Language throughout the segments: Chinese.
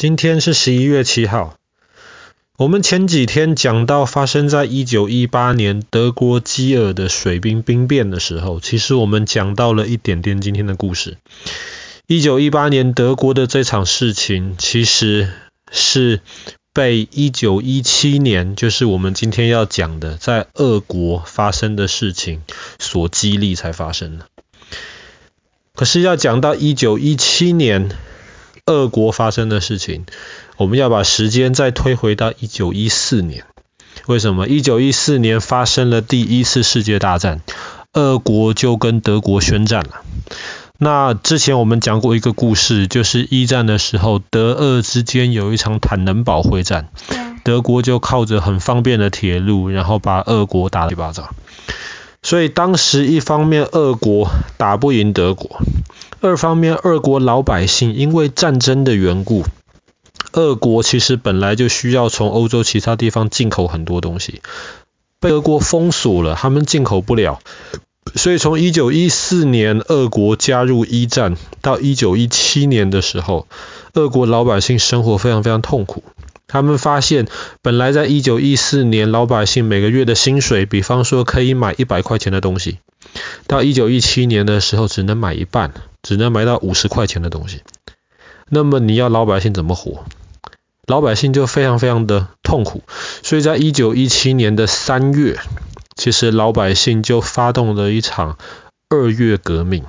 今天是11月7号。我们前几天讲到发生在1918年德国基尔的水兵兵变的时候，其实我们讲到了一点点今天的故事。1918年德国的这场事情其实是被1917年，就是我们今天要讲的在俄国发生的事情所激励才发生的。可是要讲到1917年俄国发生的事情，我们要把时间再推回到1914年。为什么？1914年发生了第一次世界大战，俄国就跟德国宣战了。那之前我们讲过一个故事，就是一战的时候，德俄之间有一场坦能堡会战，德国就靠着很方便的铁路，然后把俄国打了一巴掌。所以当时一方面俄国打不赢德国，二方面俄国老百姓因为战争的缘故，俄国其实本来就需要从欧洲其他地方进口很多东西，被德国封锁了，他们进口不了。所以从1914年俄国加入一战到1917年的时候，俄国老百姓生活非常非常痛苦。他们发现本来在1914年老百姓每个月的薪水，比方说可以买100块钱的东西，到1917年的时候只能买一半，只能买到50块钱的东西。那么你要老百姓怎么活？老百姓就非常非常的痛苦。所以在1917年的3月，其实老百姓就发动了一场2月革命。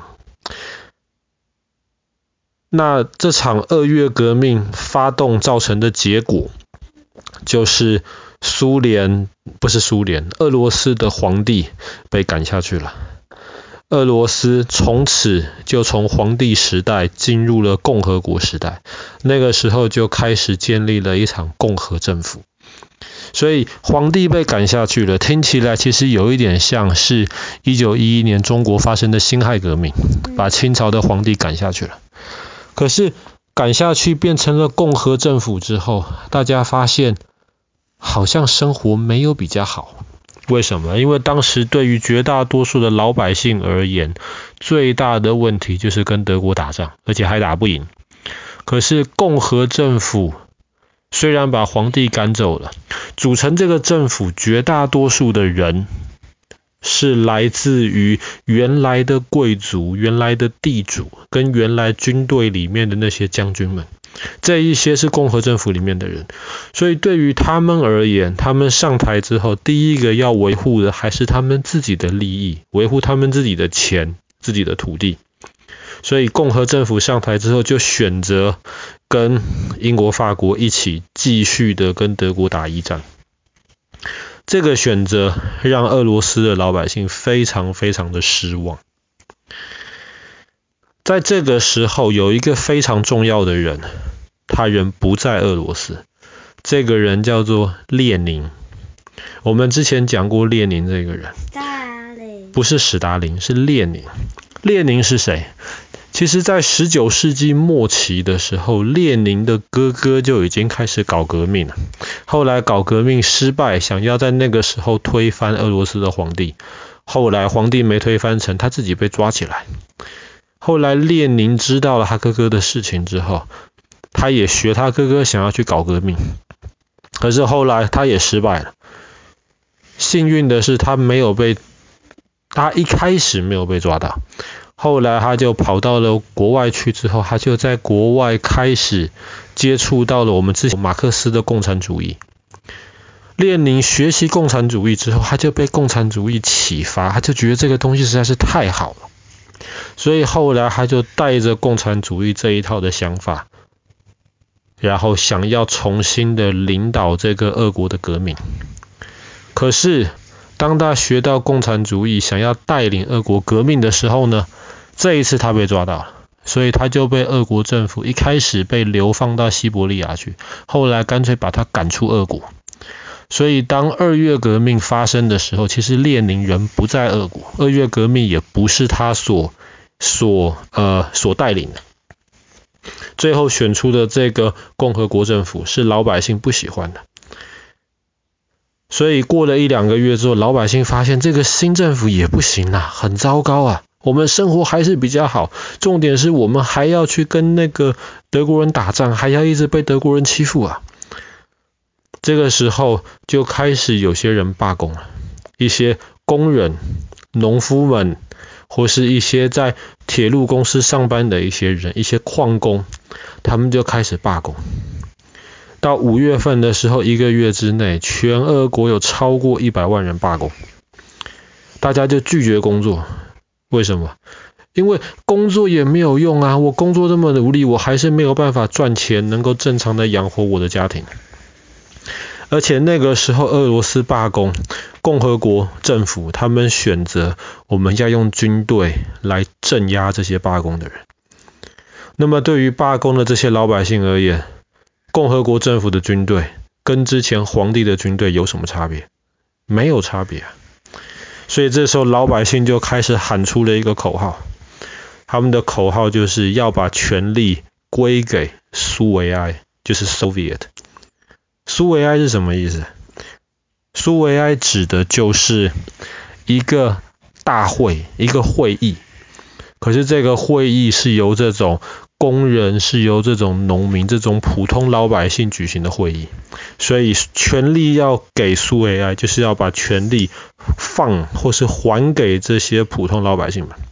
那这场2月革命发动造成的结果，就是俄罗斯的皇帝被赶下去了。俄罗斯从此就从皇帝时代进入了共和国时代，那个时候就开始建立了一场共和政府。所以皇帝被赶下去了，听起来其实有一点像是1911年中国发生的辛亥革命，把清朝的皇帝赶下去了。可是赶下去变成了共和政府之后，大家发现好像生活没有比较好。为什么？因为当时对于绝大多数的老百姓而言，最大的问题就是跟德国打仗，而且还打不赢。可是共和政府虽然把皇帝赶走了，组成这个政府绝大多数的人是来自于原来的贵族、原来的地主跟原来军队里面的那些将军们，这一些是共和政府里面的人。所以对于他们而言，他们上台之后，第一个要维护的还是他们自己的利益，维护他们自己的钱、自己的土地。所以共和政府上台之后，就选择跟英国、法国一起继续的跟德国打一战。这个选择让俄罗斯的老百姓非常非常的失望。在这个时候，有一个非常重要的人，他人不在俄罗斯，这个人叫做列宁。我们之前讲过列宁这个人，不是史达林，是列宁。列宁是谁？其实在19世纪末期的时候，列宁的哥哥就已经开始搞革命了。后来搞革命失败，想要在那个时候推翻俄罗斯的皇帝。后来皇帝没推翻成，他自己被抓起来。后来列宁知道了他哥哥的事情之后，他也学他哥哥想要去搞革命。可是后来他也失败了。幸运的是他一开始没有被抓到。后来他就跑到了国外去之后，他就在国外开始接触到了我们之前马克思的共产主义。列宁学习共产主义之后，他就被共产主义启发，他就觉得这个东西实在是太好了。所以后来他就带着共产主义这一套的想法，然后想要重新的领导这个俄国的革命。可是当他学到共产主义，想要带领俄国革命的时候呢，这一次他被抓到了，所以他就被俄国政府一开始被流放到西伯利亚去，后来干脆把他赶出俄国。所以当2月革命发生的时候，其实列宁人不在俄国，2月革命也不是他所带领的。最后选出的这个共和国政府是老百姓不喜欢的。所以过了1-2个月之后，老百姓发现这个新政府也不行啊，很糟糕啊， 我们生活还是比较好，重点是我们还要去跟那个德国人打仗，还要一直被德国人欺负啊。这个时候就开始有些人罢工了，一些工人、农夫们，或是一些在铁路公司上班的一些人，一些矿工，他们就开始罢工。到5月份的时候，1个月之内，全俄国有超过100万人罢工，大家就拒绝工作。为什么？因为工作也没有用啊，我工作这么努力，我还是没有办法赚钱，能够正常的养活我的家庭。而且那个时候俄罗斯罢工，共和国政府他们选择我们要用军队来镇压这些罢工的人。那么对于罢工的这些老百姓而言，共和国政府的军队跟之前皇帝的军队有什么差别？没有差别啊。所以这时候老百姓就开始喊出了一个口号，他们的口号就是要把权力归给苏维埃，就是 Soviet。 苏维埃是什么意思？苏维埃指的就是一个大会，一个会议，可是这个会议是由这种工人，是由这种农民，这种普通老百姓举行的会议，所以权力要给苏维埃，就是要把权力放或是还给这些普通老百姓们。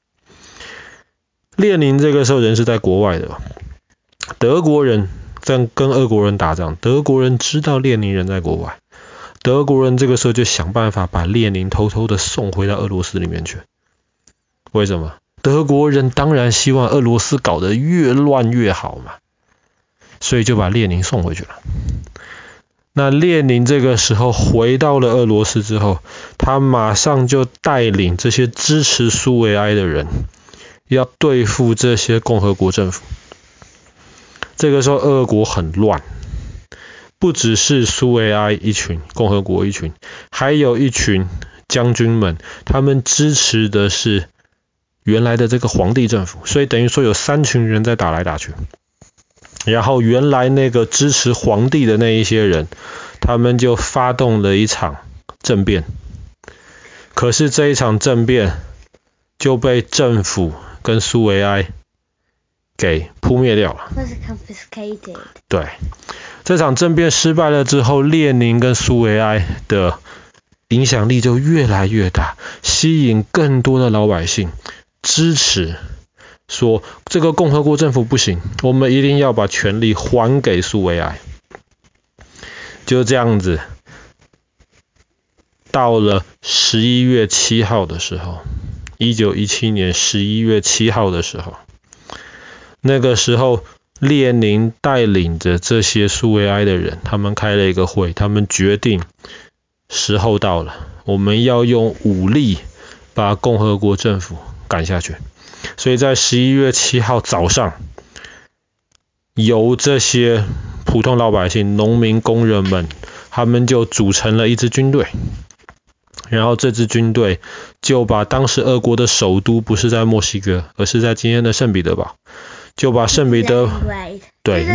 列宁这个时候人是在国外的，德国人在跟俄国人打仗，德国人知道列宁人在国外，德国人这个时候就想办法把列宁偷偷的送回到俄罗斯里面去。为什么？德国人当然希望俄罗斯搞得越乱越好嘛，所以就把列宁送回去了。那列宁这个时候回到了俄罗斯之后，他马上就带领这些支持苏维埃的人，要对付这些共和国政府。这个时候俄国很乱，不只是苏维埃一群，共和国一群，还有一群将军们，他们支持的是原来的这个皇帝政府，所以等于说有3群人在打来打去。然后原来那个支持皇帝的那一些人，他们就发动了一场政变。可是这一场政变就被政府跟苏维埃给扑灭掉了。对，这场政变失败了之后，列宁跟苏维埃的影响力就越来越大，吸引更多的老百姓支持，说这个共和国政府不行，我们一定要把权力还给苏维埃。就这样子，到了11月7号的时候，1917年11月7号的时候，那个时候列宁带领着这些苏维埃的人，他们开了一个会，他们决定时候到了，我们要用武力把共和国政府赶下去。所以在11月7号早上，由这些普通老百姓、农民、工人们，他们就组成了一支军队。然后这支军队就把当时俄国的首都不是在墨西哥，而是在今天的圣彼得堡，就把圣彼得对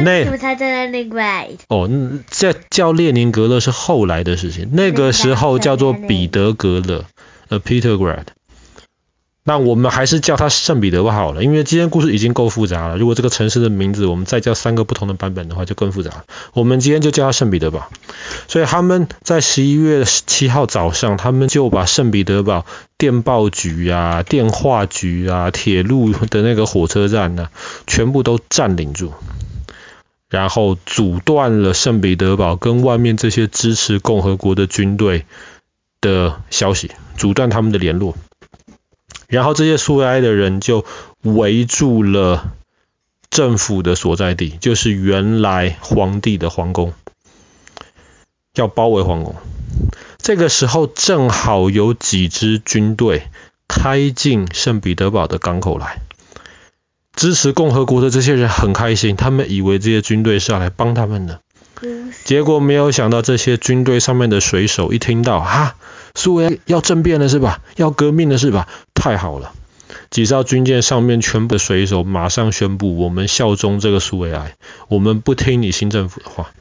这叫列宁格勒是后来的事情，那个时候叫做彼得格勒 Petrograd。那我们还是叫它圣彼得堡好了，因为今天故事已经够复杂了。如果这个城市的名字我们再叫3个不同的版本的话，就更复杂了。我们今天就叫它圣彼得堡。所以他们在11月7号早上，他们就把圣彼得堡电报局啊、电话局啊、铁路的那个火车站啊，全部都占领住，然后阻断了圣彼得堡跟外面这些支持共和国的军队的消息，阻断他们的联络。然后这些苏维埃的人就围住了政府的所在地，就是原来皇帝的皇宫，要包围皇宫。这个时候正好有几支军队开进圣彼得堡的港口来，支持共和国的这些人很开心，他们以为这些军队是要来帮他们的。结果没有想到，这些军队上面的水手一听到苏维埃要政变了是吧？要革命了是吧？太好了！几艘军舰上面全部的水手马上宣布，我们效忠这个苏维埃，我们不听你新政府的话。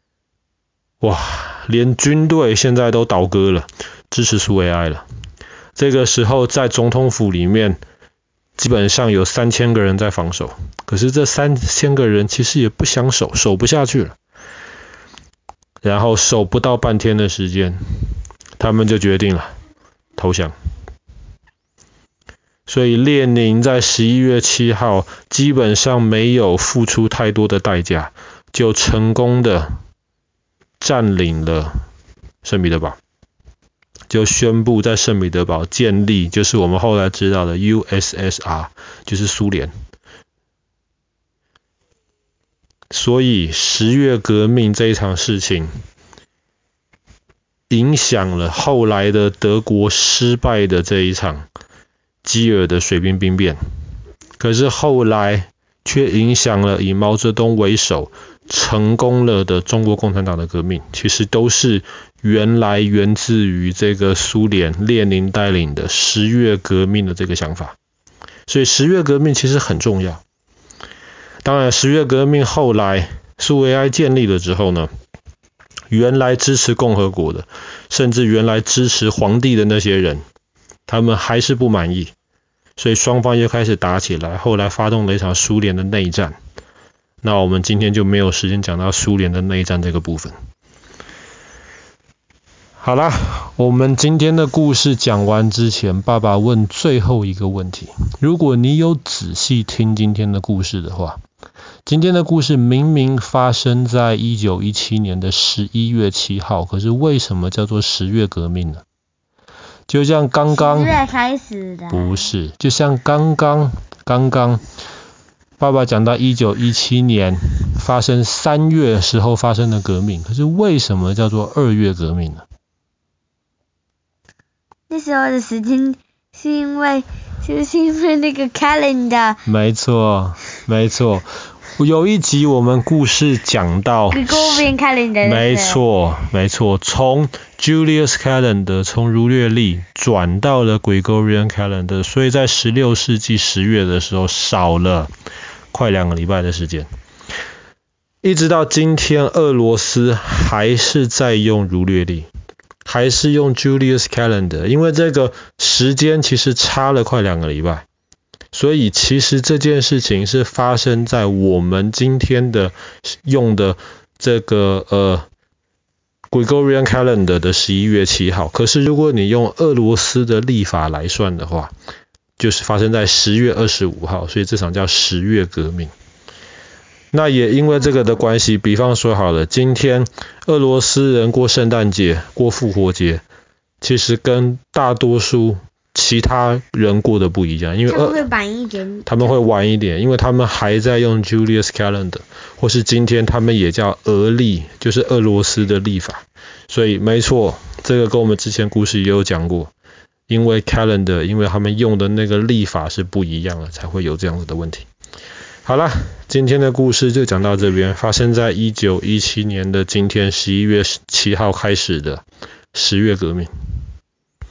哇，连军队现在都倒戈了，支持苏维埃了。 这个时候在总统府里面基本上有3000个人在防守，可是这3000个人其实也不想守不下去了，然后守不到半天的时间，他们就决定了投降。所以列宁在11月7号基本上没有付出太多的代价，就成功的占领了圣彼得堡，就宣布在圣彼得堡建立就是我们后来知道的 USSR， 就是苏联。所以10月革命这一场事情影响了后来的德国失败的这一场基尔的水兵兵变，可是后来却影响了以毛泽东为首成功了的中国共产党的革命，其实都是源自于这个苏联列宁带领的10月革命的这个想法。所以10月革命其实很重要。当然10月革命后来苏维埃建立了之后呢，原来支持共和国的，甚至原来支持皇帝的那些人，他们还是不满意，所以双方又开始打起来，后来发动了一场苏联的内战。那我们今天就没有时间讲到苏联的内战这个部分。好啦，我们今天的故事讲完之前，爸爸问最后一个问题。如果你有仔细听今天的故事的话，今天的故事明明发生在1917年的11月7号，可是为什么叫做10月革命呢？就像刚刚10 月开始的， 不是，就像刚刚爸爸讲到1917年发生3月时候发生的革命，可是为什么叫做2月革命呢？ 那时候的时间是因为那个 calendar。 没错，有一集我们故事讲到 Gregorian calendar。 没错，从 Julius calendar 从儒略历转到了 Gregorian calendar， 所以在16世纪10月的时候少了快2个礼拜的时间，一直到今天俄罗斯还是在用儒略历，还是用 Julius calendar， 因为这个时间其实差了快2个礼拜，所以其实这件事情是发生在我们今天的用的这个Gregorian calendar 的11月7号，可是如果你用俄罗斯的历法来算的话，就是发生在10月25号，所以这场叫10月革命。那也因为这个的关系，比方说好了，今天俄罗斯人过圣诞节、过复活节，其实跟大多数其他人过的不一样，因为他们会晚一点， 他们会晚一点，因为他们还在用 Julius calendar， 或是今天他们也叫俄历，就是俄罗斯的历法。所以没错，这个跟我们之前故事也有讲过，因为 calendar， 因为他们用的那个历法是不一样的，才会有这样子的问题。好啦，今天的故事就讲到这边，发生在1917年的今天11月7号开始的10月革命。